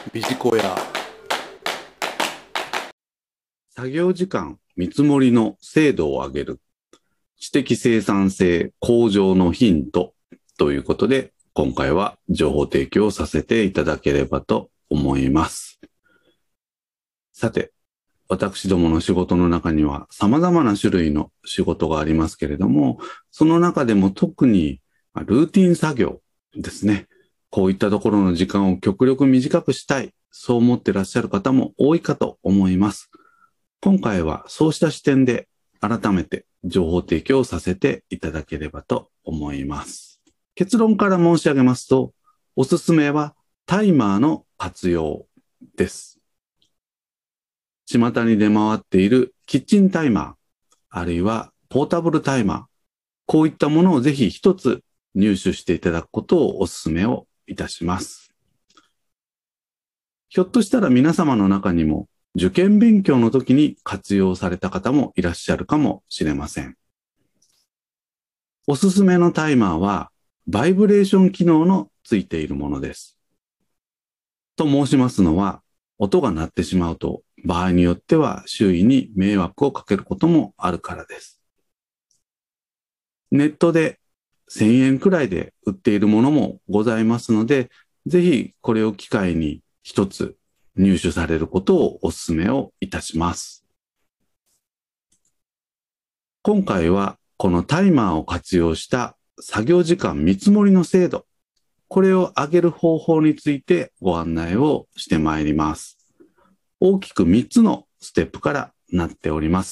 ビジコヤ。 作業時間見積もりの精度を上げる知的生産性向上のヒントということで、今回は情報提供させていただければと思います。さて、私どもの仕事の中には様々な種類の仕事がありますけれども、その中でも特にルーティン作業ですね。こういったところの時間を極力短くしたい、そう思っていらっしゃる方も多いかと思います。今回はそうした視点で改めて情報提供させていただければと思います。結論から申し上げますと、おすすめはタイマーの活用です。巷に出回っているキッチンタイマー、あるいはポータブルタイマー、こういったものをぜひ一つ入手していただくことをお勧めをいたします。ひょっとしたら皆様の中にも受験勉強の時に活用された方もいらっしゃるかもしれません。おすすめのタイマーはバイブレーション機能のついているものです。と申しますのは、音が鳴ってしまうと場合によっては周囲に迷惑をかけることもあるからです。ネットで1000円くらいで売っているものもございますので、ぜひこれを機会に一つ入手されることをお勧めをいたします。今回はこのタイマーを活用した作業時間見積もりの精度、これを上げる方法についてご案内をしてまいります。大きく3つのステップからなっております。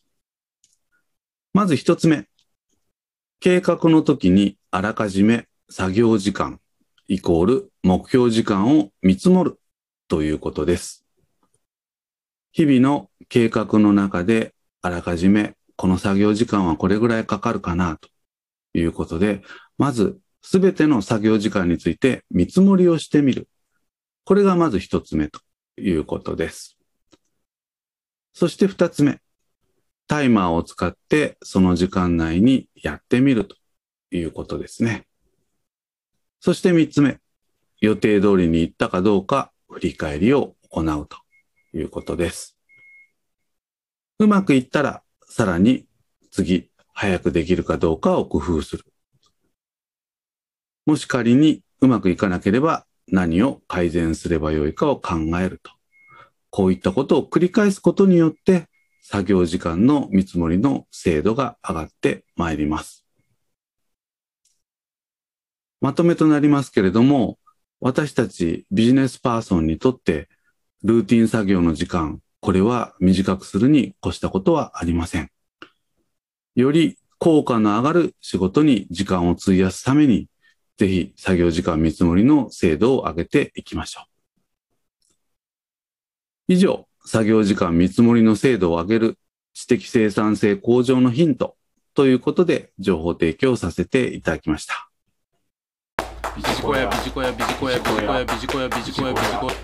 まず1つ目、計画の時にあらかじめ作業時間イコール目標時間を見積もるということです。日々の計画の中であらかじめこの作業時間はこれぐらいかかるかなということで、まずすべての作業時間について見積もりをしてみる。これがまず1つ目ということです。そして2つ目、タイマーを使ってその時間内にやってみるということですね。そして3つ目、予定通りに行ったかどうか振り返りを行うということです。うまくいったらさらに次早くできるかどうかを工夫する。もし仮にうまくいかなければ何を改善すればよいかを考えると。こういったことを繰り返すことによって作業時間の見積もりの精度が上がってまいります。まとめとなりますけれども、私たちビジネスパーソンにとってルーティン作業の時間、これは短くするに越したことはありません。より効果の上がる仕事に時間を費やすために、ぜひ作業時間見積もりの精度を上げていきましょう。以上、作業時間見積もりの精度を上げる知的生産性向上のヒントということで情報提供させていただきました。 ビジコヤビジコヤビジコヤビジコヤビジコヤビジコヤビジコヤ。